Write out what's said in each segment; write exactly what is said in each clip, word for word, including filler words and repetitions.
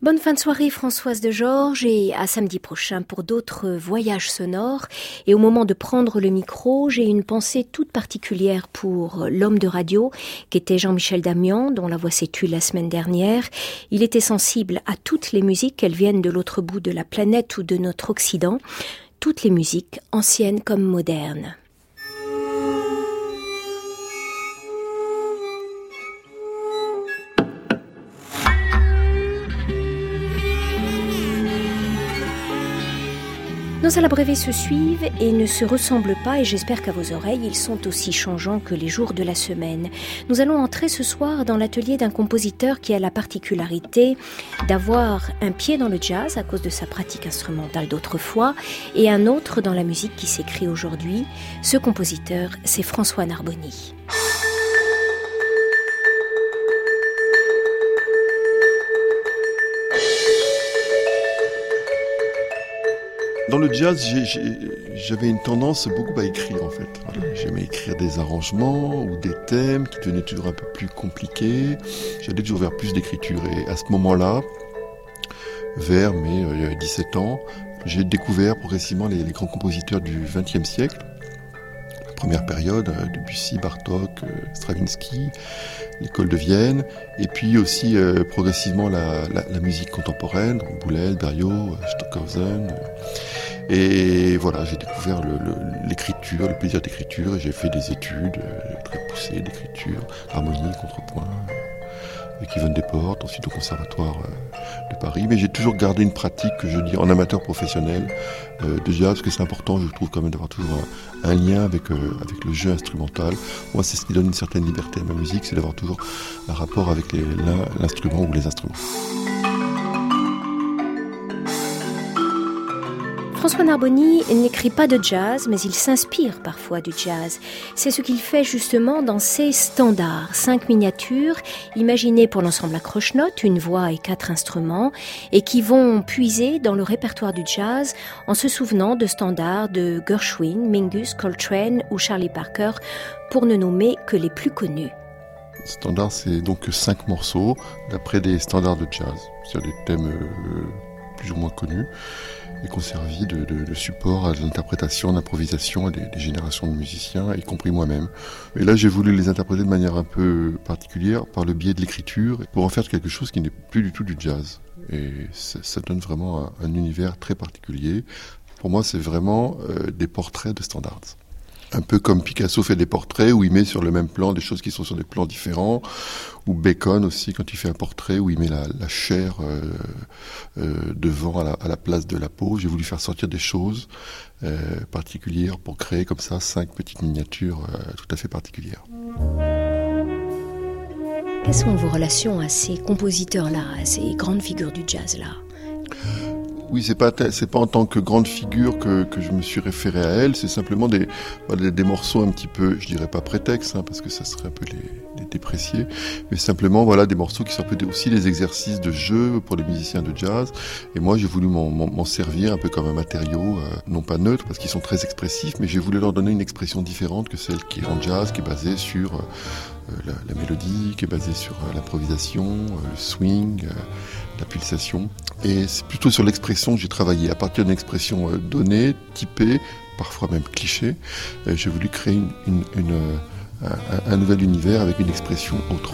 Bonne fin de soirée Françoise de Georges et à samedi prochain pour d'autres voyages sonores. Et au moment de prendre le micro, j'ai une pensée toute particulière pour l'homme de radio qu'était Jean-Michel Damian, dont la voix s'est tue la semaine dernière. Il était sensible à toutes les musiques, qu'elles viennent de l'autre bout de la planète ou de notre Occident, toutes les musiques, anciennes comme modernes. Nos alabrévés se suivent et ne se ressemblent pas et j'espère qu'à vos oreilles, ils sont aussi changeants que les jours de la semaine. Nous allons entrer ce soir dans l'atelier d'un compositeur qui a la particularité d'avoir un pied dans le jazz à cause de sa pratique instrumentale d'autrefois et un autre dans la musique qui s'écrit aujourd'hui. Ce compositeur, c'est François Narboni. Dans le jazz, j'ai, j'ai, j'avais une tendance beaucoup à écrire en fait. Voilà. J'aimais écrire des arrangements ou des thèmes qui devenaient toujours un peu plus compliqués. J'allais toujours vers plus d'écriture. Et à ce moment-là, vers mes euh, dix-sept ans, j'ai découvert progressivement les, les grands compositeurs du vingtième siècle. La première période, euh, Debussy, Bartók, euh, Stravinsky, l'école de Vienne, et puis aussi euh, progressivement la, la, la musique contemporaine, Boulez, Berlioz, Stockhausen. Euh, et voilà, j'ai découvert le, le, l'écriture, le plaisir d'écriture, et j'ai fait des études euh, très poussées d'écriture, harmonie, contrepoint, euh, avec Yvonne Desportes, ensuite au Conservatoire euh, de Paris. Mais j'ai toujours gardé une pratique, que je dis, en amateur professionnel euh, de jazz, parce que c'est important, je trouve, quand même, d'avoir toujours un, un lien avec, euh, avec le jeu instrumental. Moi, c'est ce qui donne une certaine liberté à ma musique, c'est d'avoir toujours un rapport avec les, l'instrument ou les instruments. François Narboni n'écrit pas de jazz, mais il s'inspire parfois du jazz. C'est ce qu'il fait justement dans ses standards, cinq miniatures, imaginées pour l'ensemble à croche-notes, une voix et quatre instruments, et qui vont puiser dans le répertoire du jazz en se souvenant de standards de Gershwin, Mingus, Coltrane ou Charlie Parker, pour ne nommer que les plus connus. Standard, c'est donc cinq morceaux, d'après des standards de jazz, c'est-à-dire des thèmes euh, plus ou moins connus, et qui ont servi de, de, de support à l'interprétation, d'improvisation à des, des générations de musiciens, y compris moi-même. Et là, j'ai voulu les interpréter de manière un peu particulière, par le biais de l'écriture, pour en faire quelque chose qui n'est plus du tout du jazz. Et ça, ça donne vraiment un, un univers très particulier. Pour moi, c'est vraiment euh, des portraits de standards. Un peu comme Picasso fait des portraits où il met sur le même plan des choses qui sont sur des plans différents, ou Bacon aussi quand il fait un portrait où il met la, la chair euh, euh, devant à la, à la place de la peau. J'ai voulu faire sortir des choses euh, particulières pour créer comme ça cinq petites miniatures euh, tout à fait particulières. Quelles sont vos relations à ces compositeurs-là, à ces grandes figures du jazz-là ? Oui, c'est pas c'est pas en tant que grande figure que que je me suis référé à elle. C'est simplement des des, des morceaux un petit peu, je dirais pas prétexte, hein, parce que ça serait un peu les, les déprécier, mais simplement voilà des morceaux qui sont un peu aussi des exercices de jeu pour les musiciens de jazz. Et moi, j'ai voulu m'en, m'en, m'en servir un peu comme un matériau, euh, non pas neutre, parce qu'ils sont très expressifs, mais j'ai voulu leur donner une expression différente que celle qui est en jazz, qui est basée sur euh, la, la mélodie, qui est basée sur euh, l'improvisation, euh, le swing, euh, la pulsation. Et c'est plutôt sur l'expression que j'ai travaillé. À partir d'une expression euh, donnée, typée, parfois même cliché, euh, j'ai voulu créer une, une, une, euh, un, un nouvel univers avec une expression autre.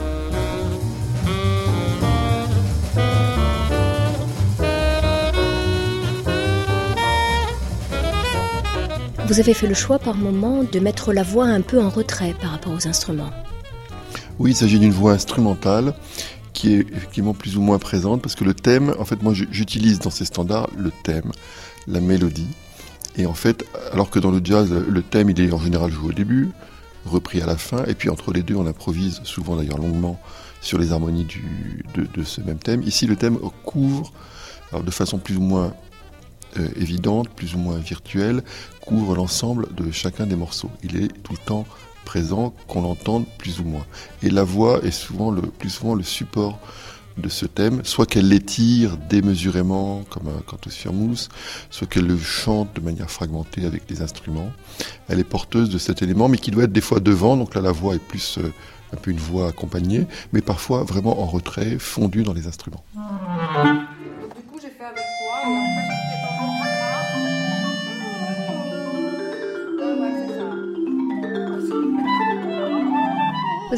Vous avez fait le choix par moment de mettre la voix un peu en retrait par rapport aux instruments. Oui, il s'agit d'une voix instrumentale qui est effectivement plus ou moins présente, parce que le thème, en fait, moi j'utilise dans ces standards le thème, la mélodie, et en fait, alors que dans le jazz, le thème il est en général joué au début, repris à la fin, et puis entre les deux on improvise, souvent d'ailleurs longuement, sur les harmonies du, de, de ce même thème. Ici le thème couvre, alors de façon plus ou moins euh, évidente, plus ou moins virtuelle, couvre l'ensemble de chacun des morceaux. Il est tout le temps présent, qu'on l'entende plus ou moins. Et la voix est souvent le, plus souvent le support de ce thème, soit qu'elle l'étire démesurément comme un cantus-firmus, soit qu'elle le chante de manière fragmentée avec des instruments. Elle est porteuse de cet élément, mais qui doit être des fois devant, donc là la voix est plus euh, un peu une voix accompagnée, mais parfois vraiment en retrait, fondue dans les instruments.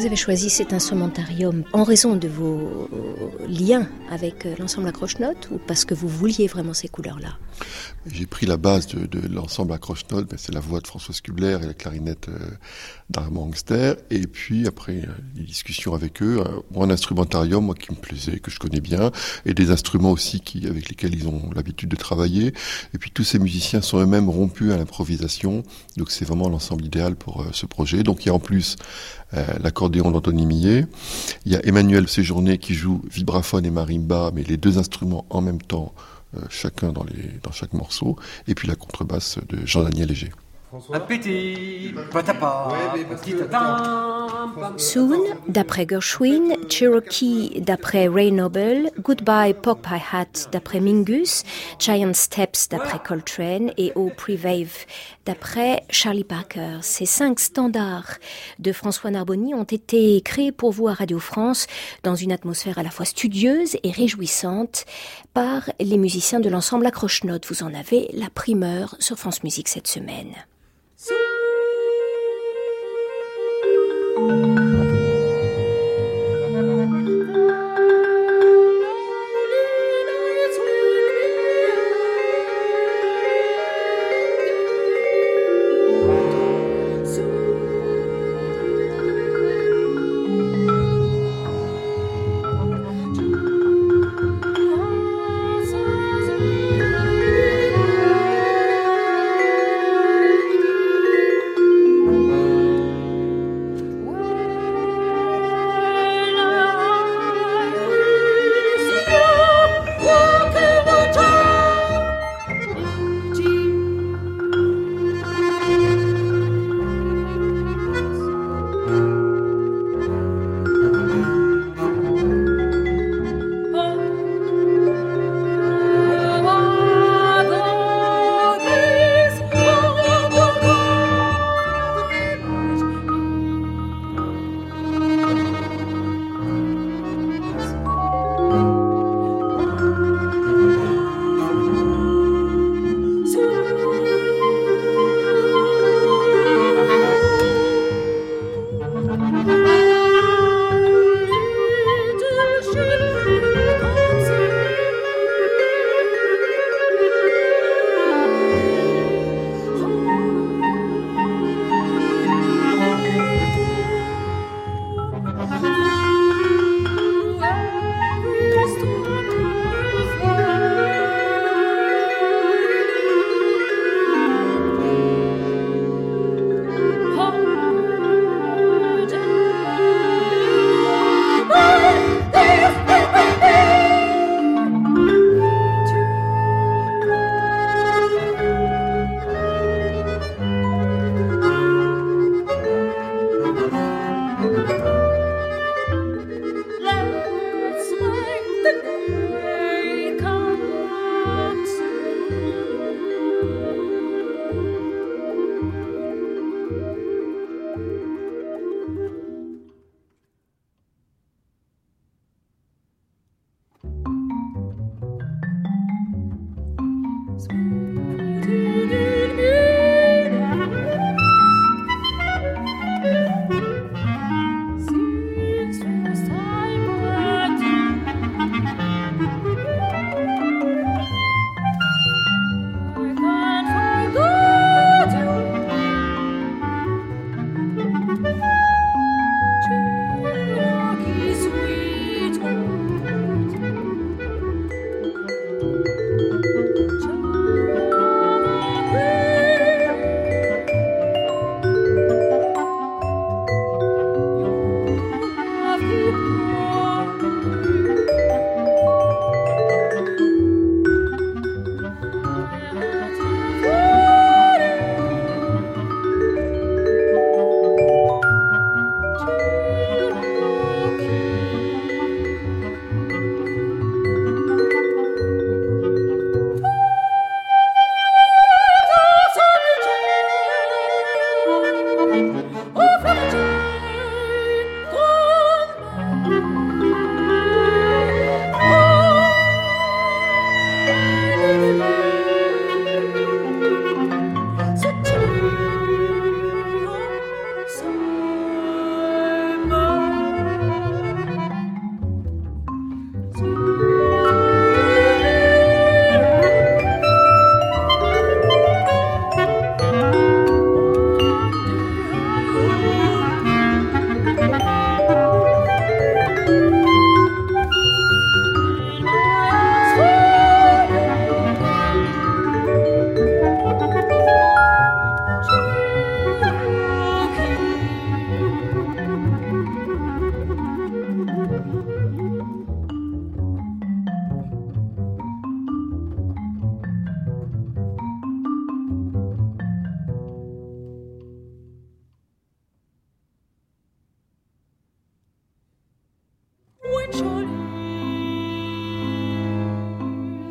vous avez choisi cet instrumentarium en raison de vos liens avec l'ensemble à croche-notes ou parce que vous vouliez vraiment ces couleurs-là? J'ai pris la base de, de l'ensemble à croche-notes, ben c'est la voix de François Skubler et la clarinette euh, d'Armand Angster. Et puis après, euh, des discussions avec eux, euh, bon, un instrumentarium moi, qui me plaisait, que je connais bien, et des instruments aussi qui, avec lesquels ils ont l'habitude de travailler. Et puis tous ces musiciens sont eux-mêmes rompus à l'improvisation, donc c'est vraiment l'ensemble idéal pour euh, ce projet. Donc il y a en plus euh, l'accordéon d'Anthony Millet, il y a Emmanuel Séjourné qui joue vibraphone et marimba, mais les deux instruments en même temps, Euh, chacun dans, les, dans chaque morceau, et puis la contrebasse de Jean-Daniel Léger. Appétit, patapa, petit tatin. Soon, d'après Gershwin, Cherokee, d'après Ray Noble, Goodbye Pork Pie Hat, d'après Mingus, Giant Steps, d'après Coltrane, et Oh Prevave, d'après Charlie Parker. Ces cinq standards de François Narbonny ont été créés pour vous à Radio France dans une atmosphère à la fois studieuse et réjouissante par les musiciens de l'ensemble à croche-notes. Vous en avez la primeur sur France Musique cette semaine.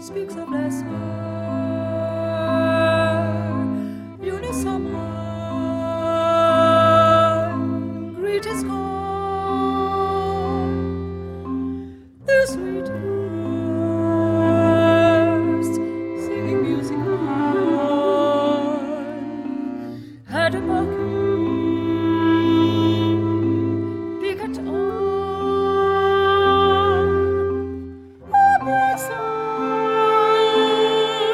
speaks of lesser. Lunar summer, greet his call. The sweet birds singing music high had a mocking pick at all. A big sigh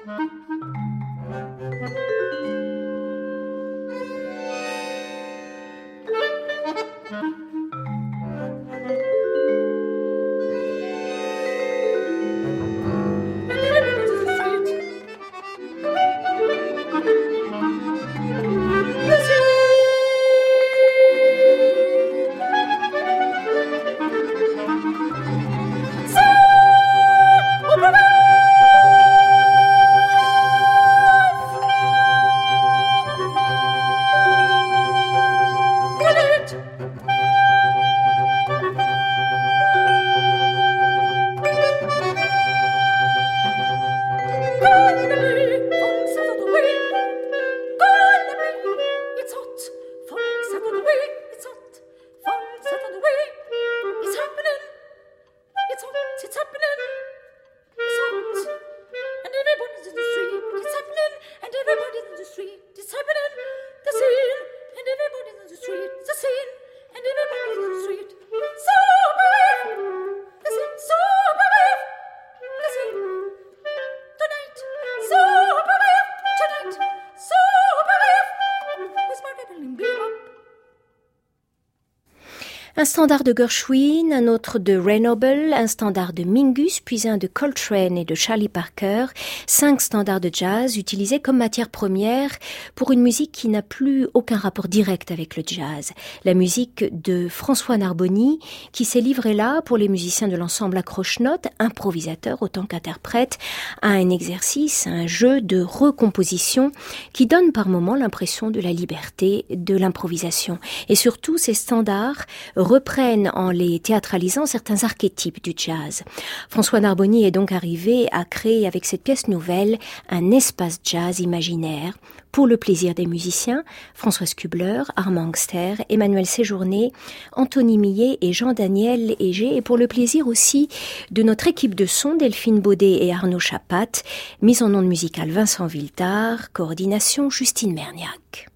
Un standard de Gershwin, un autre de Ray Noble, un standard de Mingus, puis un de Coltrane et de Charlie Parker, cinq standards de jazz utilisés comme matière première pour une musique qui n'a plus aucun rapport direct avec le jazz. La musique de François Narboni, qui s'est livré là pour les musiciens de l'ensemble à croche-notes, improvisateurs autant qu'interprètes, à un exercice, un jeu de recomposition qui donne par moments l'impression de la liberté de l'improvisation. Et surtout, ces standards reprennent en les théâtralisant certains archétypes du jazz. François Narboni est donc arrivé à créer avec cette pièce nouvelle un espace jazz imaginaire pour le plaisir des musiciens, François Skubler, Armand Angster, Emmanuel Séjourné, Anthony Millet et Jean-Daniel Hégé, et pour le plaisir aussi de notre équipe de son, Delphine Baudet et Arnaud Chapat, mise en onde musicale Vincent Viltard, coordination Justine Merniac.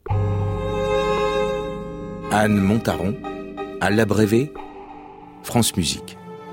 Anne Montaron, à l'abrévé, France Musique.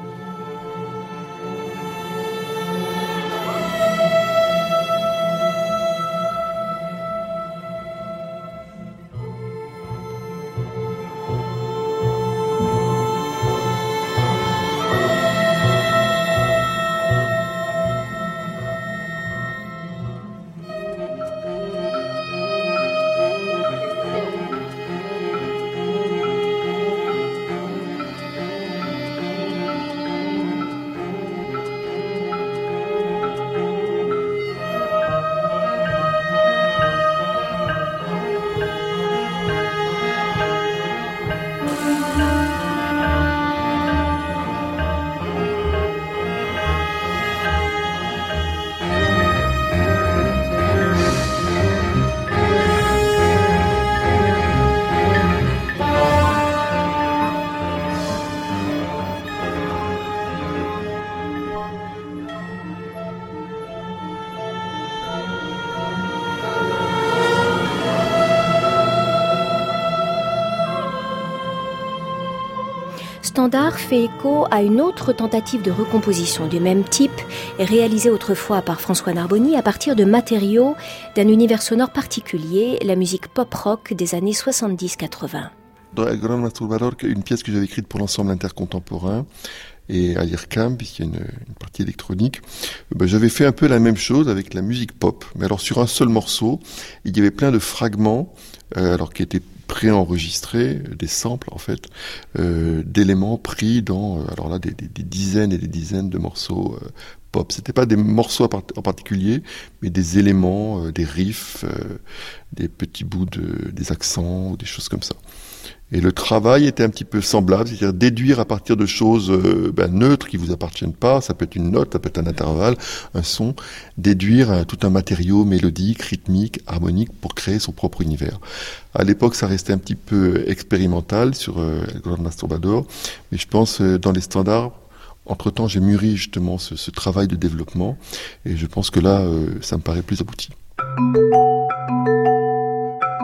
Standard fait écho à une autre tentative de recomposition du même type, réalisée autrefois par François Narboni à partir de matériaux d'un univers sonore particulier, la musique pop-rock des années soixante-dix quatre-vingts. Dans El Gran Masturbador, une pièce que j'avais écrite pour l'ensemble intercontemporain, et à l'IRCAM, puisqu'il y a une, une partie électronique, ben, j'avais fait un peu la même chose avec la musique pop. Mais alors sur un seul morceau, il y avait plein de fragments, euh, alors qui étaient préenregistrés, des samples en fait, euh, d'éléments pris dans, euh, alors là, des, des, des dizaines et des dizaines de morceaux euh, pop. C'était pas des morceaux en particulier, mais des éléments, euh, des riffs, euh, des petits bouts de, des accents, des choses comme ça. Et le travail était un petit peu semblable, c'est-à-dire déduire à partir de choses euh, ben, neutres qui vous appartiennent pas, ça peut être une note, ça peut être un intervalle, un son, déduire un, tout un matériau mélodique, rythmique, harmonique pour créer son propre univers. À l'époque, ça restait un petit peu expérimental sur euh, El Gran Masturbador, mais je pense euh, dans les standards, entre-temps, j'ai mûri justement ce, ce travail de développement, et je pense que là, euh, ça me paraît plus abouti.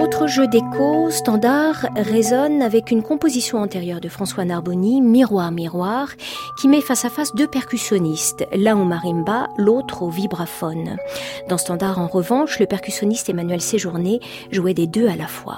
Autre jeu d'écho, standard, résonne avec une composition antérieure de François Narbonne, Miroir, miroir, qui met face à face deux percussionnistes, l'un au marimba, l'autre au vibraphone. Dans standard, en revanche, le percussionniste Emmanuel Séjourné jouait des deux à la fois.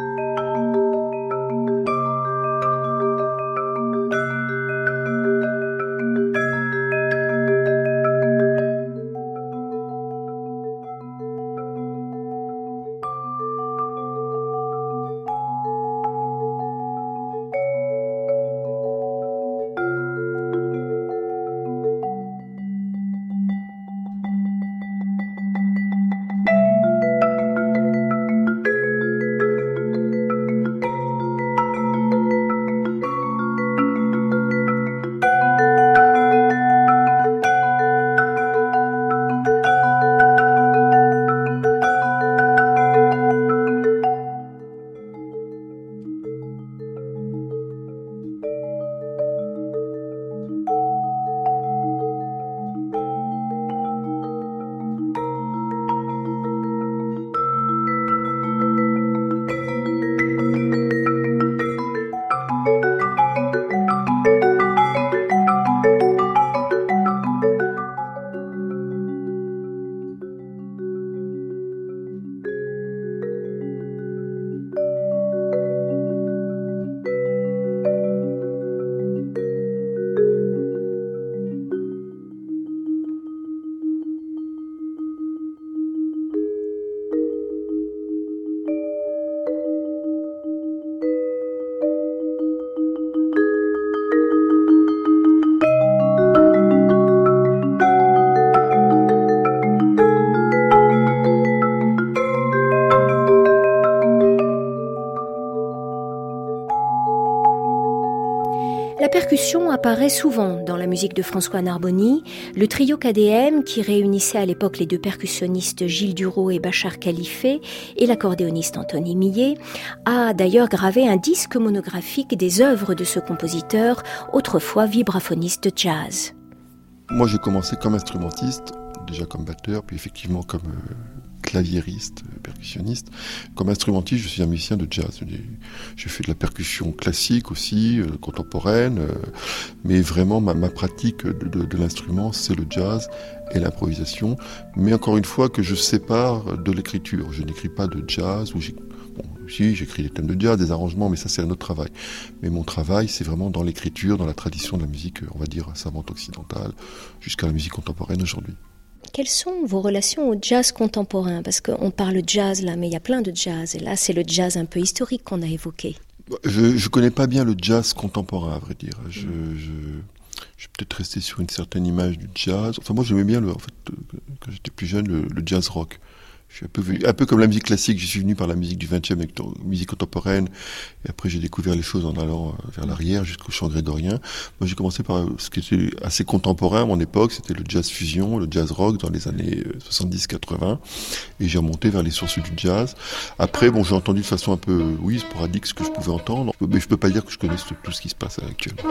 La percussion apparaît souvent dans la musique de François Narbonne. Le trio K D M, qui réunissait à l'époque les deux percussionnistes Gilles Duro et Bachar Khalife et l'accordéoniste Anthony Millet, a d'ailleurs gravé un disque monographique des œuvres de ce compositeur, autrefois vibraphoniste de jazz. Moi, j'ai commencé comme instrumentiste, déjà comme batteur, puis effectivement comme euh, claviériste, euh, percussionniste. Comme instrumentiste, je suis un musicien de jazz. J'ai fait de la percussion classique aussi, euh, contemporaine, euh, mais vraiment ma, ma pratique de, de, de l'instrument, c'est le jazz et l'improvisation. Mais encore une fois, que je sépare de l'écriture. Je n'écris pas de jazz, ou j'ai... Bon, si, j'écris des thèmes de jazz, des arrangements, mais ça c'est un autre travail. Mais mon travail, c'est vraiment dans l'écriture, dans la tradition de la musique, on va dire, savante occidentale, jusqu'à la musique contemporaine aujourd'hui. Quelles sont vos relations au jazz contemporain ? Parce qu'on parle jazz là, mais il y a plein de jazz. Et là, c'est le jazz un peu historique qu'on a évoqué. Je ne connais pas bien le jazz contemporain, à vrai dire. Je, je, je vais peut-être rester sur une certaine image du jazz. Enfin, moi, j'aimais bien, le, en fait, quand j'étais plus jeune, le, le jazz rock. Je suis un peu, un peu comme la musique classique, je suis venu par la musique du vingtième avec la musique contemporaine, et après j'ai découvert les choses en allant vers l'arrière jusqu'au chant grégorien. Moi j'ai commencé par ce qui était assez contemporain à mon époque, c'était le jazz fusion, le jazz rock dans les années soixante-dix quatre-vingts, et j'ai remonté vers les sources du jazz. Après, bon, j'ai entendu de façon un peu, oui, sporadique ce que je pouvais entendre, mais je peux pas dire que je connaisse tout ce qui se passe actuellement.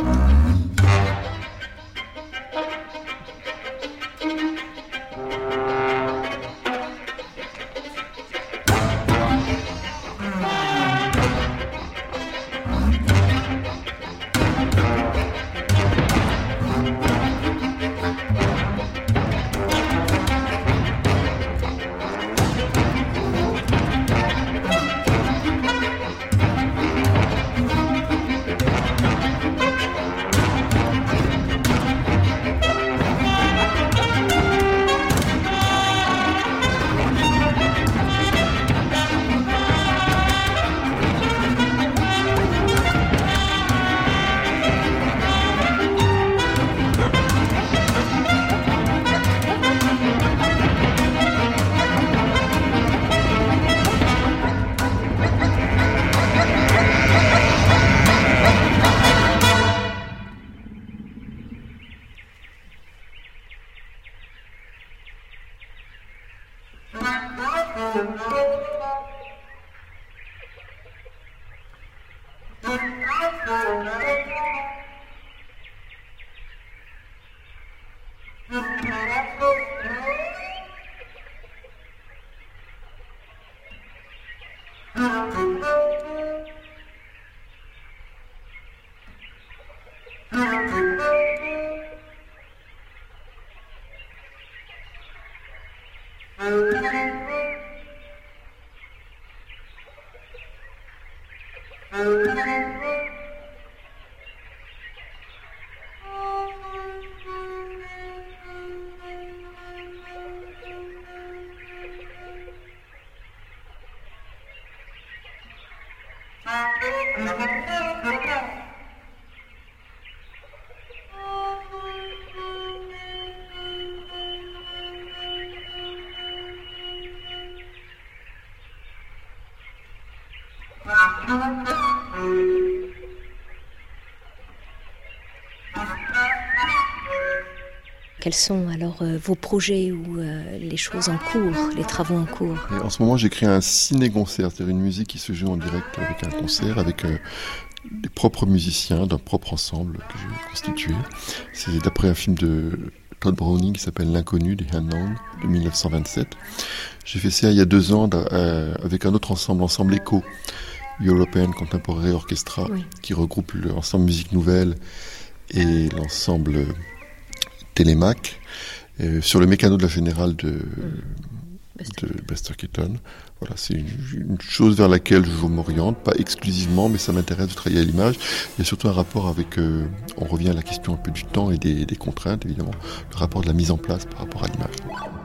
Mm-hmm. Quels sont alors euh, vos projets ou euh, les choses en cours, les travaux en cours? Et en ce moment, j'écris un ciné-concert, c'est-à-dire une musique qui se joue en direct avec un concert, avec euh, des propres musiciens d'un propre ensemble que j'ai constitué. C'est d'après un film de Todd Browning qui s'appelle L'Inconnu, The Unknown, de dix-neuf cent vingt-sept. J'ai fait ça il y a deux ans euh, avec un autre ensemble, l'ensemble ECHO, European Contemporary Orchestra, oui, qui regroupe l'ensemble musique nouvelle et l'ensemble Télémac, euh, sur le mécano de la Générale de, mmh. de Buster Keaton. Voilà, c'est une, une chose vers laquelle je m'oriente, pas exclusivement, mais ça m'intéresse de travailler à l'image. Il y a surtout un rapport avec, euh, on revient à la question un peu du temps et des, des contraintes, évidemment, le rapport de la mise en place par rapport à l'image.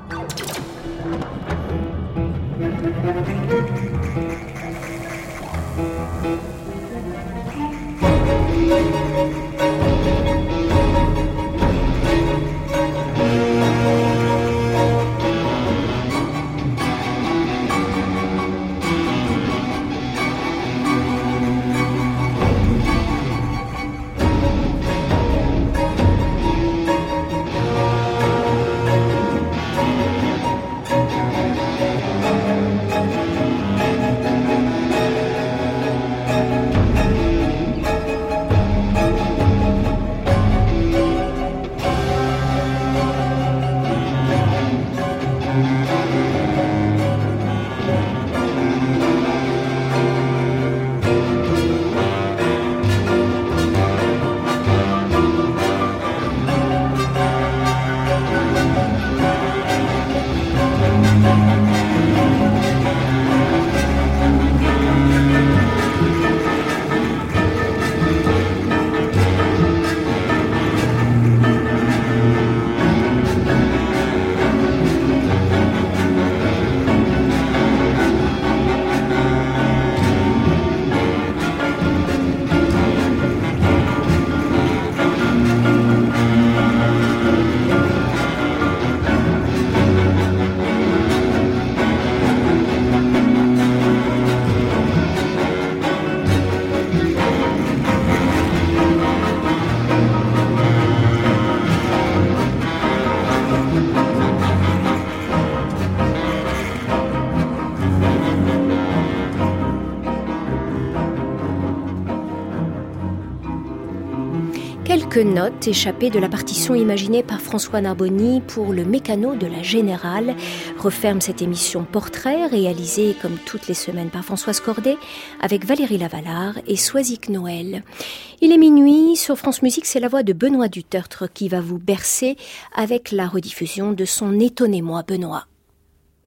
Quelques notes échappées de la partition imaginée par François Narbonne pour le mécano de la Générale referment cette émission Portrait, réalisée comme toutes les semaines par Françoise Cordet, avec Valérie Lavalard et Soisic Noël. Il est minuit, sur France Musique, c'est la voix de Benoît Dutertre qui va vous bercer avec la rediffusion de son Étonnez-moi Benoît.